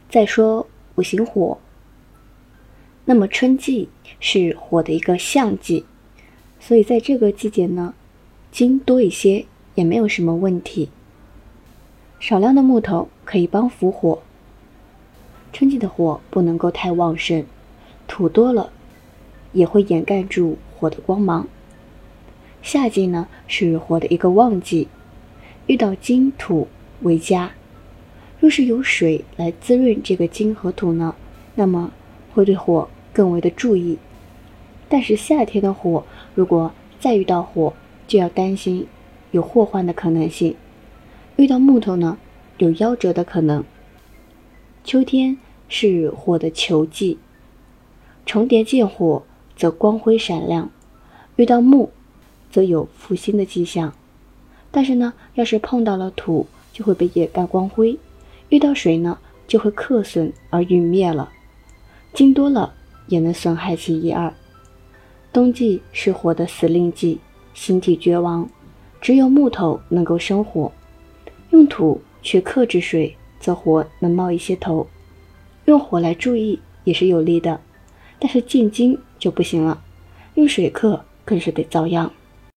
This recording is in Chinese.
再说五行火，那么春季是火的一个象季，所以在这个季节呢，金多一些也没有什么问题。少量的木头可以帮扶火。春季的火不能够太旺盛，土多了也会掩盖住火的光芒。夏季呢是火的一个旺季，遇到金土为佳。若是有水来滋润这个金和土呢，那么会对火更为的注意。但是夏天的火如果再遇到火，就要担心有祸患的可能性。遇到木头呢，有夭折的可能。秋天是火的囚季，重叠见火则光辉闪亮，遇到木则有复兴的迹象。但是呢，要是碰到了土，就会被掩盖光辉；遇到水呢，就会克损而陨灭了。金多了也能损害其一二。冬季是火的死令季，星体绝亡，只有木头能够生火。用土去克制水，则火能冒一些头。用火来注意也是有利的，但是见金就不行了，用水克更是得遭殃。